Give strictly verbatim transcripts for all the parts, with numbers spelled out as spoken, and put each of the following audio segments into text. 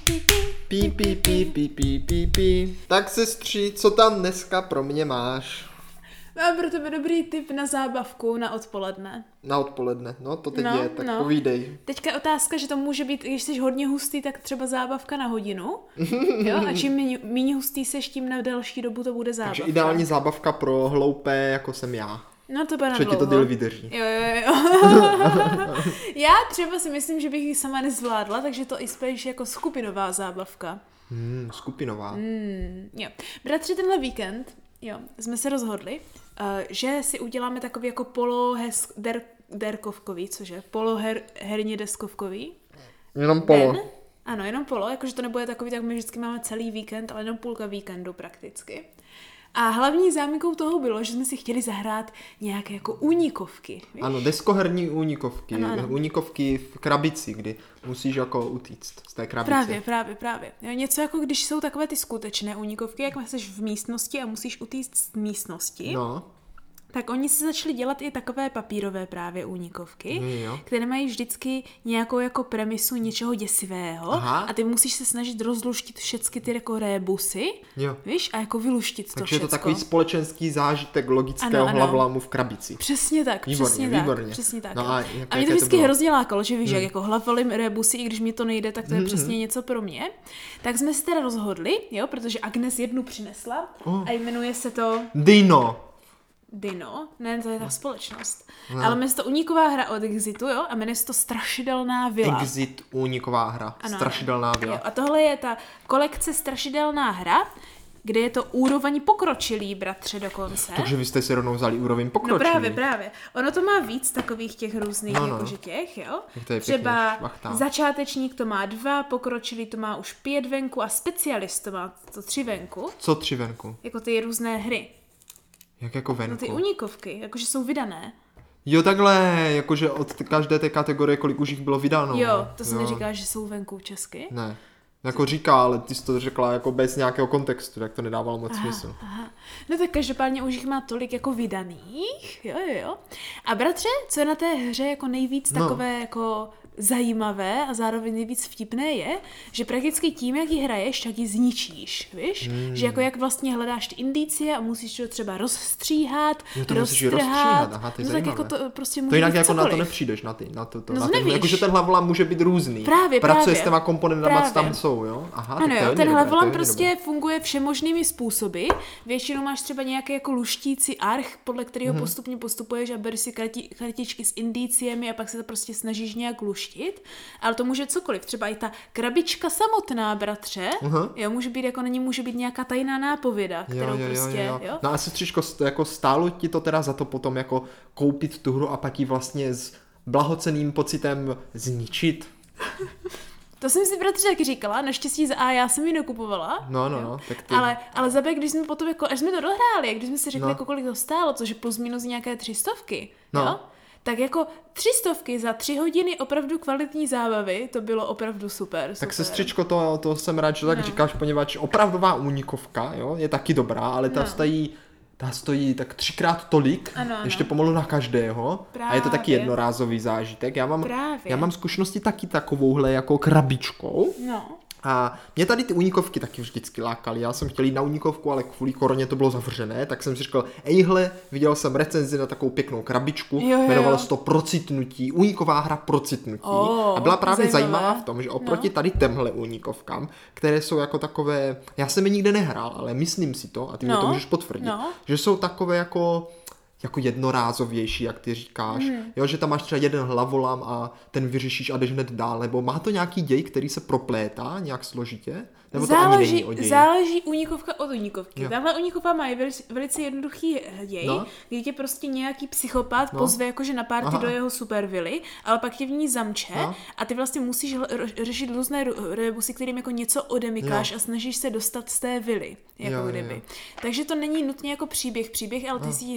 Pí, pí, pí, pí, pí, pí, pí. Tak sestří, co tam dneska pro mě máš? Mám pro tebe dobrý tip na zábavku na odpoledne. Na odpoledne, no to teď no, je, tak no. povídej. Teďka je otázka, že to může být, když jsi hodně hustý, tak třeba zábavka na hodinu. Jo? A čím méně, méně hustý seš, tím na delší dobu to bude zábavka. Takže ideální zábavka pro hloupé, jako jsem já. No to bude na Že ti to díl vydrží. Jo, jo, jo. Já třeba si myslím, že bych ji sama nezvládla, takže to i spíš jako skupinová zábavka. Hmm, skupinová. Hmm, jo. Bratři, tenhle víkend, jo, jsme se rozhodli, uh, že si uděláme takový jako polo-derkovkový, cože? Polo-herně deskovkový. Jenom polo. Den? Ano, jenom polo, jakože to nebude takový, tak my vždycky máme celý víkend, ale jenom půlka víkendu prakticky. A hlavní záminkou toho bylo, že jsme si chtěli zahrát nějaké jako únikovky. Víš? Ano, deskoherní únikovky. Ano, ano. Únikovky v krabici, kdy musíš jako utíct z té krabice. Právě, právě, právě. Jo, něco jako když jsou takové ty skutečné únikovky, jak jsi v místnosti a musíš utíct z místnosti. No. Tak oni se začali dělat i takové papírové právě únikovky, Jo. které mají vždycky nějakou jako premisu něčeho děsivého. Aha. A ty musíš se snažit rozluštit všechny ty jako rébusy, Jo. víš, a jako vyluštit to Takže je všecko. to takový společenský zážitek logického Ano, ano. hlavlamu v krabici. Přesně tak, Výborně, přesně výborně. tak, přesně tak. No jo. a a, jak- mě jaké to to vždycky bylo? hrozně lákalo, že víš, jak jako hlavolím rebusy, i když mi to nejde, tak to je přesně něco pro mě. Tak jsme se teda rozhodli, jo, protože Agnes jednu přinesla Oh. a jmenuje se to Dino. Dino, ne, to je ta společnost. Ale jmenuje se to úniková hra od Exitu, jo, a jmenuje se to Strašidelná vila. Exit, úniková hra. Ano, Strašidelná ano. vila. Jo, a tohle je ta kolekce Strašidelná hra, kde je to úroveň pokročilý, bratře, dokonce. Takže vy jste si rovnou vzali úroveň No pokročilý. právě, právě. Ono to má víc takových těch různých, No, no. jakože těch, jo. Tak to je Třeba pěkně šmachtá. začátečník to má dva, pokročilý to má už pět venku a specialist to má to tři venku. Co tři venku? Jako ty různé hry. Jak jako venku? No ty únikovky, jakože jsou vydané. Jo, takhle, jakože od t- každé té kategorie, kolik už jich bylo vydáno. Jo, to se neříká, že jsou venku česky. Ne. Jako říká, ale ty jsi to řekla jako bez nějakého kontextu, tak to nedávalo moc smysl. Aha. No tak každopádně už jich má tolik jako vydaných, jo, jo, jo. A bratře, co je na té hře jako nejvíc No. takové jako zajímavé a zároveň nejvíc vtipné je, že prakticky tím, jak ji hraješ, tak ji zničíš, víš? Hmm. Že jako jak vlastně hledáš ty indicie a musíš to třeba rozstříhat, Jo, to musíš ji roztrhat. rozstříhat, aha, to je No tak zajímavé. jako to prostě To může jinak být jako na to cokoliv. nepřijdeš, na ty, na to, to No na to ty, nevíš. jakože ten hlavolam může být různý. Právě, Pracuje právě. s těma komponentama, co Právě. tam jsou, jo? Aha, tak Ano to je jo, hodně ten dobré, to je hlavolam hodně prostě dobré. funguje všemožnými způsoby. Většinou máš třeba nějaký jako luštící arch, podle kterého Mhm. hmm. postupně postupuješ a bereš si karti, kartičky s indiciemi a pak se to prostě snažíš nějak luštit. Ale to může cokoliv. Třeba i ta krabička samotná, bratře, Aha. jo, může být jako na ní může být nějaká tajná nápověda, kterou Jo, jo, jo, prostě, jo. jo. No a sestřičko, st- jako stálo ti to teda za to potom jako koupit tu hru a pak ji vlastně s blahocenným pocitem zničit? To jsem si bratře taky říkala, naštěstí za A já jsem ji nekupovala. No, no, jo. no, tak ty... Ale, ale za B, když jsme potom jako, až jsme to dohráli, když jsme si řekli, No. jako kolik to stálo, což je plus minus nějaké tři stovky, No. jo? Tak jako tři stovky za tři hodiny opravdu kvalitní zábavy, to bylo opravdu super. Tak super. sestřičko, to, to jsem rád, že tak No. říkáš, poněvadž opravdová únikovka, jo, je taky dobrá, ale ta No. stojí, ta stojí tak třikrát tolik, Ano, ano. ještě pomalu na každého. A je to taky Právě. jednorázový zážitek. Já mám, Právě. já mám zkušenosti taky takovouhle jako krabičkou. No. A mě tady ty únikovky taky vždycky lákaly. Já jsem chtěl jít na únikovku, ale kvůli koroně to bylo zavřené, tak jsem si říkal, ejhle, viděl jsem recenzi na takovou pěknou krabičku, Jo, jo, jo. jmenovalo se to Procitnutí, úniková hra Procitnutí. O, a byla právě zajímavé. zajímavá v tom, že oproti No. tady těmhle únikovkám, které jsou jako takové, já jsem je nikde nehrál, ale myslím si to, a ty mi No, to můžeš potvrdit, no. že jsou takové jako jako jednorázovější, jak ty říkáš. Mhm. Mm. Jo, že tam máš třeba jeden hlavolam a ten vyřešíš a jdeš hned dál. Nebo má to nějaký děj, který se proplétá nějak složitě? Nebo to ani není o ději? záleží únikovka od únikovky. Jo. Tahle únikovka má velice, velice jednoduchý děj, No. no. kdy tě prostě nějaký psychopat No. no. pozve jakože na party Aha. do jeho supervily, ale pak tě v ní zamče No. a ty vlastně musíš hl- ro- řešit různé ru- rebusy, kterým jako něco odemykáš Jo. a snažíš se dostat z té vily, jako Jo, jo, kdyby. jo. Takže to není nutně jako příběh, příběh, ale ty No. si tím můžeš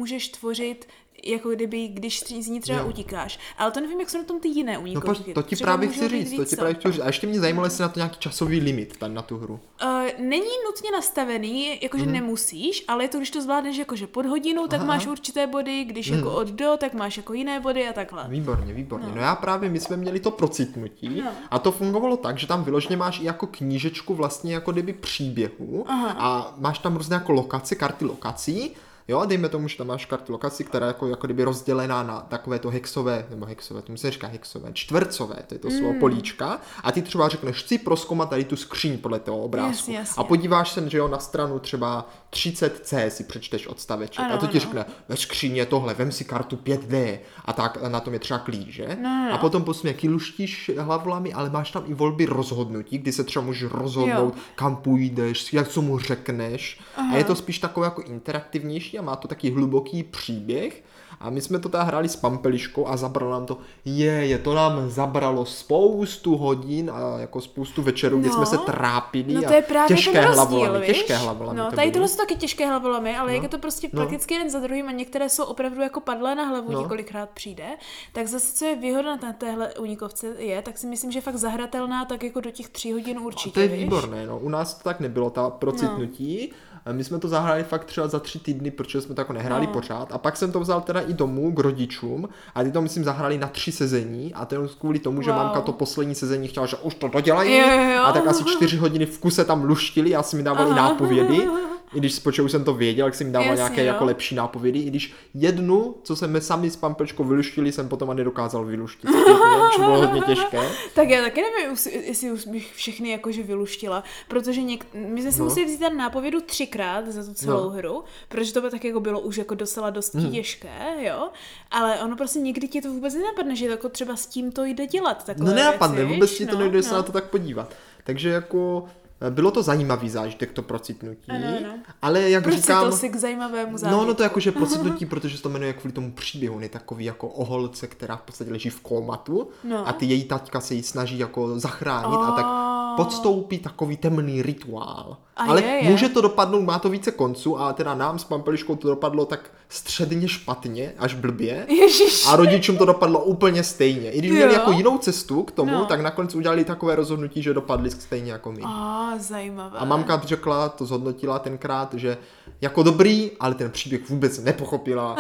nemůžeš tvořit jako kdyby, když z ní třeba jo. utíkáš. Ale to nevím, jak jsou na tom ty jiné únikovky. No to ti právě chci říct, to ti právě chci říct. A ještě mě zajímalo, jestli na to nějaký časový limit tam na tu hru. Uh, není nutně nastavený, jakože mm. nemusíš, ale je to, když to zvládneš jakože pod hodinu, tak aha, máš určité body, když mm. jako od do, tak máš jako jiné body a takhle. Výborně, výborně. No, no já právě, my jsme měli to procitnutí no. a to fungovalo tak, že tam vyloženě máš i jako knížečku vlastně jako kdyby příběhu aha. a máš tam různé jako lokace, karty lokací. Jo, dejme tomu, že tam máš kartu lokaci, která je jako, jako kdyby rozdělená na takové to hexové, nebo hexové, to musím říkat hexové, čtvercové, to je to slovo mm. políčka, a ty třeba řekneš, chci prozkoumat tady tu skříň podle toho obrázku. Yes, yes, a podíváš se, že jo, na stranu třeba třicet C si přečteš odstaveček ano, a to ti ano. řekne, ve skříně je tohle, vem si kartu pět D a tak a na tom je třeba klíč, že? No, no. A potom postupně kyluštíš hlavami, ale máš tam i volby rozhodnutí, kdy se třeba můžeš rozhodnout, jo. kam půjdeš, jak co mu řekneš. Aha. A je to spíš takové jako interaktivnější a má to taky hluboký příběh. A my jsme to teda hráli s Pampeliškou a zabralo nám to, je, je to nám zabralo spoustu hodin a jako spoustu večerů, no, kdy jsme se trápili no to je a těžké hlavolamy, těžké hlavolamy. No, to tady tohle jsou taky těžké hlavolamy, ale no, jak je to prostě no. prakticky jeden za druhým a některé jsou opravdu jako padlé na hlavu, no. několikrát přijde, tak zase co je výhoda na téhle unikovce je, tak si myslím, že fakt zahratelná tak jako do těch tří hodin určitě. A to je víš? výborné, no, u nás to tak nebylo, ta procitnutí. No. My jsme to zahráli fakt třeba za tři týdny, protože jsme to jako nehráli no. pořád. A pak jsem to vzal teda i domů k rodičům a ty to myslím zahráli na tři sezení a to je kvůli tomu, že wow. mamka to poslední sezení chtěla, že už to dodělají jo, jo. a tak asi čtyři hodiny v kuse tam luštili a si mi dávali aha. nápovědy. I když spočátku jsem to věděl, jak jsem mi dával Jasně, nějaké jo. jako lepší nápovědy, i když jednu, co jsme sami s Pampeličkou vyluštili, jsem potom ani nedokázal vyluštit. To bylo hodně těžké. Tak já taky nevím, jestli už bych všechny jakože vyluštila, protože něk... my jsme si no. museli vzít ten nápovědu třikrát za tu celou no. hru, protože to by tak jako bylo už jako docela dost hmm. těžké, jo, ale ono prostě někdy ti to vůbec nenapadne, že jako třeba s tím to jde dělat. No nenapadne, věci, vůbec ti to no, nejde no. se na to tak podívat. Takže jako... Bylo to zajímavý zážitek, to procitnutí, ano, ano. ale jak Proč říkám... Proč si to si k zajímavému zážitku? No, no to jakože procitnutí, protože se to jmenuje kvůli tomu příběhu, ne takový jako o holce, která v podstatě leží v kómatu no. a ty její taťka se jí snaží jako zachránit oh. a tak podstoupí takový temný rituál. A ale je, je. může to dopadnout, má to více konců a teda nám s Pampeliškou to dopadlo tak středně špatně, až blbě. Ježiš. A rodičům to dopadlo úplně stejně. I když měli jako jinou cestu k tomu, no. tak nakonec udělali takové rozhodnutí, že dopadli stejně jako my. A zajímavé. A mamka řekla, to zhodnotila tenkrát, že jako dobrý, ale ten příběh vůbec nepochopila.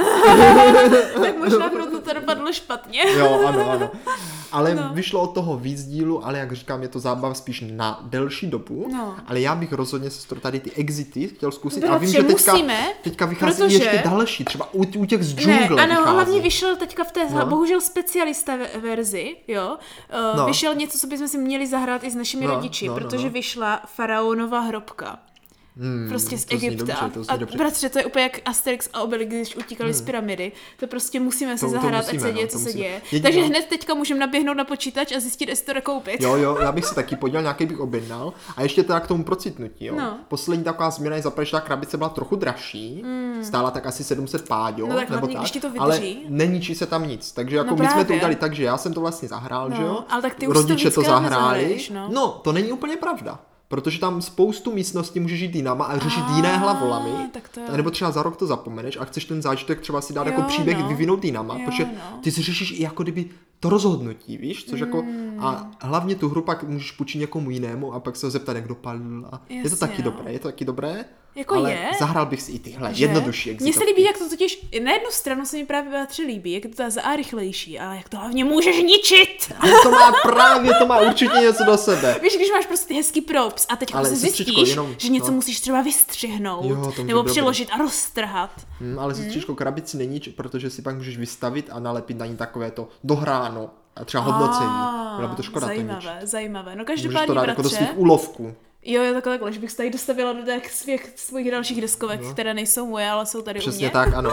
Tak možná proto to dopadlo špatně. Jo, ano, ano. Ale no. vyšlo od toho víc dílu, ale jak říkám, je to zábava spíš na delší dobu. No. Ale já bych rozhodně sestro tady ty exity chtěl zkusit. Bratře, a vím, že teďka, musíme, teďka vychází protože... ještě další, třeba u, u těch z džungle. Ne, ano, vychází. hlavně vyšel teďka v té, no. bohužel specialista verzi, jo. Uh, no. Vyšel něco, co bychom si měli zahrát i s našimi no, rodiči, no, protože no, no. vyšla faraonova hrobka. Hmm, prostě z Egypta. Dobře, a bratře, to je úplně jak Asterix a Obelix, když utíkali hmm. z pyramidy. To prostě musíme si zahrát, ať se děje, co se děje. Jediná... Takže hned teďka můžeme naběhnout na počítač a zjistit, jestli to jde koupit. Jo, jo, já bych se taky podíval, nějaký bych objednal. A ještě teda k tomu procitnutí, jo. No. Poslední taková změna je za prvé, že ta krabice byla trochu dražší. Hmm. Stála tak asi sedm set páďo, no tak nebo tak, tak. To ale neníčí se tam nic. Takže jako no my jsme to udělali tak, že já jsem to vlastně zahrál, no, že jo. Ale tak ty rodiče to, to zahráli. No. no, to není úplně pravda. Protože tam spoustu místností můžeš jít jinama a řešit a, jiné hlavolamy. Nebo třeba za rok to zapomeneš a chceš ten zážitek třeba si dát jo, jako příběh no. vyvinout jinama. Jo, protože no. ty si řešíš i jako kdyby to rozhodnutí, víš? Což mm. jako, a hlavně tu hru pak můžeš půjčit někomu jinému a pak se ho zeptat, jak dopadl. A je to taky no. dobré, je to taky dobré. Jako ale je. zahrál bych si i tyhle, že? Jednodušší exitovky. Mně se líbí, jak to totiž, na jednu stranu se mi právě bratře líbí, jak je to za a rychlejší, ale jak to hlavně můžeš ničit. Ale to má právě, to má určitě něco do sebe. Víš, když máš prostě hezký props a teď si zjistíš, jenom, že něco no. musíš třeba vystřihnout, jo, nebo přeložit a roztrhat. Hmm, ale sestřičko, hmm. krabici neníč, protože si pak můžeš vystavit a nalepit na ní takové to dohráno. A třeba hodnocení. Byla by to škoda zajímavé, to nič. Zajímavé, no každopádně můžeš to dát bratře, jako do svých úlovků. Jo, jo, takhle, takhle, že bych se tady dostavila do těch svých, svých dalších deskovek, no. které nejsou moje, ale jsou tady přesně u mě. tak, ano.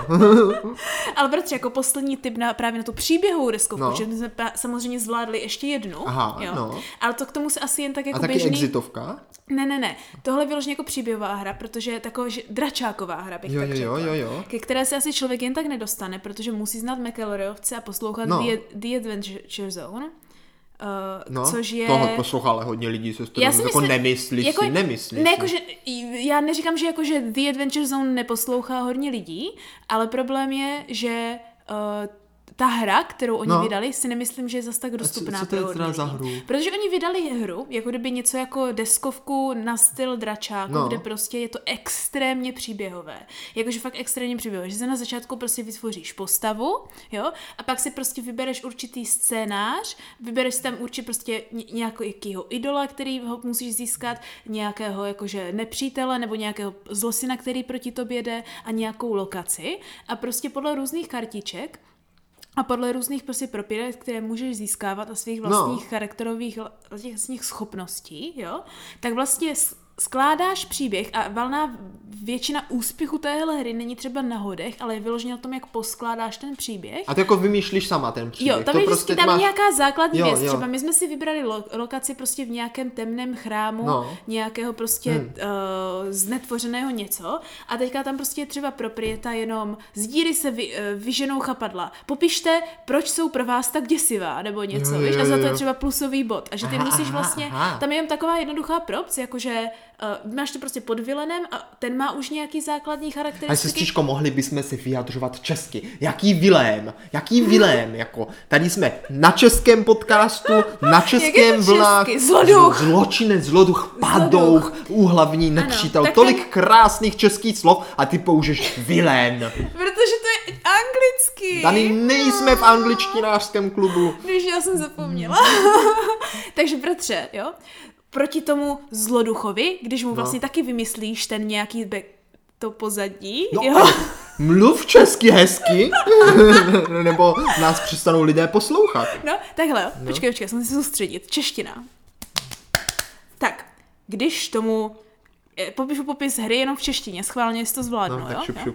Ale bratře, jako poslední tip na, právě na tu příběhovou deskovku, no. že my jsme samozřejmě zvládli ještě jednu. Aha, jo. No. Ale to k tomu se asi jen tak jako a taky běžný... exitovka? Ne, ne, ne. Tohle je vyloženě jako příběhová hra, protože je taková že dračáková hra, bych jo, tak jo, řekla. Jo, jo. Ke které se asi člověk jen tak nedostane, protože musí znát McElroyovce a poslouchat no. The, The Adventure Zone. uh, no, což je... Toho poslouchá, ale hodně lidí se z toho jako myslím, nemyslí jako, si, nemyslí ne, si. jako, že, já neříkám, že, jako, že The Adventure Zone neposlouchá hodně lidí, ale problém je, že uh, ta hra, kterou oni no. vydali, si nemyslím, že je zase tak dostupná. A co, co to je pro teda za hru? Protože oni vydali hru, jako kdyby něco jako deskovku na styl dračáku, no. kde prostě je to extrémně příběhové. Jakože fakt extrémně příběhové. Že se na začátku prostě vytvoříš postavu, jo, a pak si prostě vybereš určitý scénář, vybereš si tam určitě prostě nějakého idola, který ho musíš získat, nějakého jakože nepřítele nebo nějakého zlosina, který proti tobě jde a nějakou lokaci a prostě podle různých kartiček a podle různých prostě propírek, které můžeš získávat a svých vlastních no. charakterových vlastních schopností, jo, tak vlastně skládáš příběh a valná většina úspěchu téhle hry není třeba na hodech, ale je vyloženě o tom, jak poskládáš ten příběh. A ty jako vymýšlíš sama ten příběh. Jo, tam to je prostě tam máš... nějaká základní jo, věc. Jo. Třeba my jsme si vybrali lo- lokaci prostě v nějakém temném chrámu, no. nějakého prostě hmm. uh, znetvořeného něco a teďka tam prostě je třeba proprieta jenom z díry se vy, uh, vyženou chapadla. Popište, proč jsou pro vás tak děsivá, nebo něco, jo, víš, jo, a za to je jo. třeba plusový bod. A že ty aha, musíš aha, vlastně, aha. tam je jen taková jednoduchá props, jakože uh, máš to prostě pod vilenem a ten má už nějaký základní charakteristiky. A sestřičko, mohli bychom se vyjadřovat česky. Jaký vilém? Jaký vilém? Jako, tady jsme na českém podcastu, na českém vlnách. Zloduch. Zločinec, zloduch, padouch, úhlavní nepřítel. Ano, tolik ten... krásných českých slov a ty použiješ vilém. Protože to je anglicky. Tady nejsme v angličtinářském klubu. Víš, já jsem zapomněla. Takže bratře, jo, proti tomu zloduchovi, když mu vlastně no. taky vymyslíš ten nějaký back, to pozadí, no, jo. Mluv česky hezky, nebo nás přestanou lidé poslouchat. No, takhle, jo. No. Počkej, počkej, jsem si soustředit. Čeština. Tak, když tomu popíšu popis hry jenom v češtině, schválně, jestli to zvládnu, no, tak jo? Šup, šup.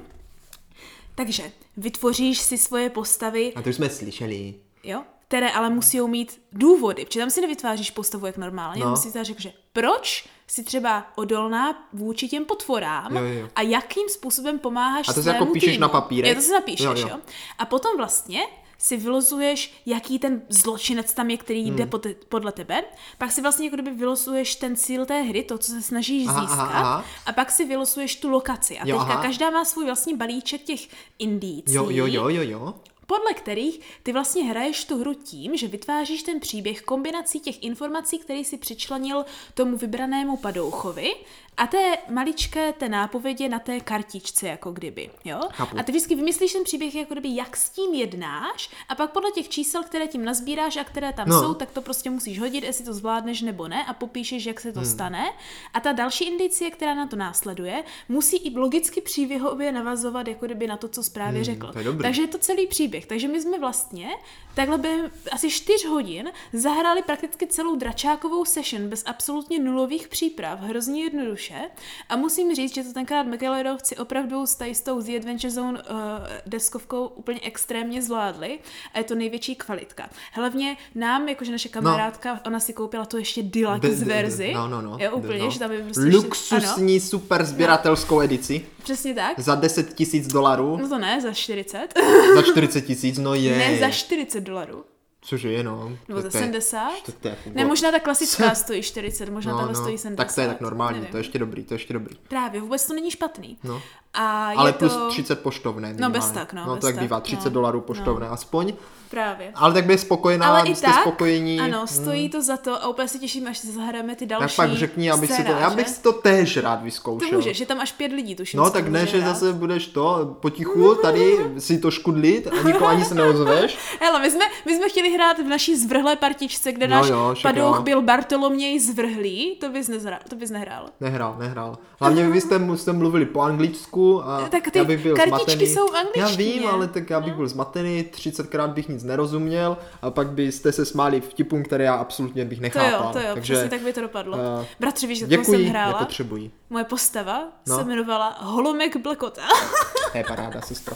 Takže vytvoříš si svoje postavy. A to jsme slyšeli. Jo? Které ale musí mít důvody, protože tam si nevytváříš postavu jak normálně, no. musíš říct, že proč si třeba odolná vůči těm potvorám jo, jo. a jakým způsobem pomáháš a to svému si jako píšeš týmu. na papírek? Jo, to si napíšeš, jo, jo. jo. A potom vlastně si vylozuješ, jaký ten zločinec tam je, který jde hmm. podle tebe. Pak si vlastně jako kdyby vylosuješ ten cíl té hry, to, co se snažíš aha, získat. Aha, aha. A pak si vylosuješ tu lokaci. A jo, teďka aha. každá má svůj vlastní balíček těch indicí. Jo, jo, jo, jo, jo. Podle kterých ty vlastně hraješ tu hru tím, že vytváříš ten příběh kombinací těch informací, který si přičlenil tomu vybranému padouchovi a té maličké té nápovědě na té kartičce, jako kdyby, jo? Chápu. A ty vždycky vymyslíš ten příběh, jako kdyby, jak s tím jednáš a pak podle těch čísel, které tím nazbíráš a které tam no. jsou, tak to prostě musíš hodit, jestli to zvládneš nebo ne a popíšeš, jak se to hmm. stane. A ta další indicie, která na to následuje, musí i logicky příběhově navazovat, jako kdyby na to, co právě hmm, řekl. Je Takže je to celý příběh. Takže my jsme vlastně takhle během asi čtyř hodin zahráli prakticky celou dračákovou session bez absolutně nulových příprav, hrozně jednoduše. A musím říct, že to tenkrát McAllerovci opravdu s tou The Adventure Zone uh, deskovkou úplně extrémně zvládli a je to největší kvalitka. Hlavně nám, jakože naše kamarádka, no. ona si koupila to ještě deluxe verzi. No, no, no. Jo, úplně, no. že tam je prostě luxusní ještě, super sběratelskou no. edici. Přesně tak. Za deset tisíc dolarů. No to ne, za čtyřicet. Za čtyřicet tisíc, no je. Ne, za čtyřicet dolarů. Cože je, no. Nebo za sedmdesát? To je, ne, možná ta klasická stojí čtyřicet, možná no, tam no. stojí sedmdesát. Tak to je tak normální, nevím. To je ještě dobrý, to je ještě dobrý. Právě, vůbec to není špatný. No. A ale je plus to... třicet poštovné. No bez tak, no. No bez tak tak, bývá, třicet no. dolarů poštovné, no. aspoň. Právě. Ale tak by spokojená, ale i jste tak, spokojení. Ano, stojí hmm. to za to a úplně se těším, až se zahrajeme ty další tak pak řekni, abych scénáře. si to, já bych si to též rád vyzkoušel. To můžeš, že tam až pět lidí tuším. No tak ne, že rád. Zase budeš to potichu tady si to škudlit a nikoho ani se neozveš. Hele, my jsme, my jsme chtěli hrát v naší zvrhlé partičce, kde náš no padouch byl Bartoloměj Zvrhlý, to bys, nezhrál, to bys nehrál. Nehrál, nehrál. Hlavně vy jste, jste mluvili po anglicku a tak ty já bych byl kartičky zmatený. Jsou v angličtině. Já vím, ale tak já bych no. byl zmatený, třicetkrát bych nic nerozuměl a pak byste se smáli vtipům, které já absolutně bych nechápal. To jo, to jo, takže, přesně tak by to dopadlo. Uh, Bratře, víš, jak jsem hrála? Nepotřebuji. Moje postava no. se jmenovala Holomek Blekota. To je paráda, sestro.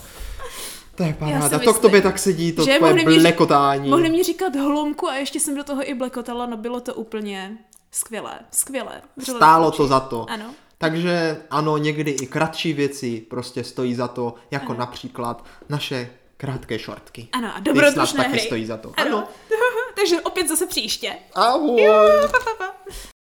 To je paráda, to k tobě tak sedí, to že tvoje blekotání. Mohli mě říkat holomku a ještě jsem do toho i blekotala, no bylo to úplně skvělé, skvělé. Stálo to za to. Ano. Takže ano, někdy i kratší věci prostě stojí za to, jako ano. například naše krátké šortky. Ano, a dobrodružné hry. Taky stojí za to. Ano. ano. takže opět zase příště. Ahoj. Jo, pa, pa, pa.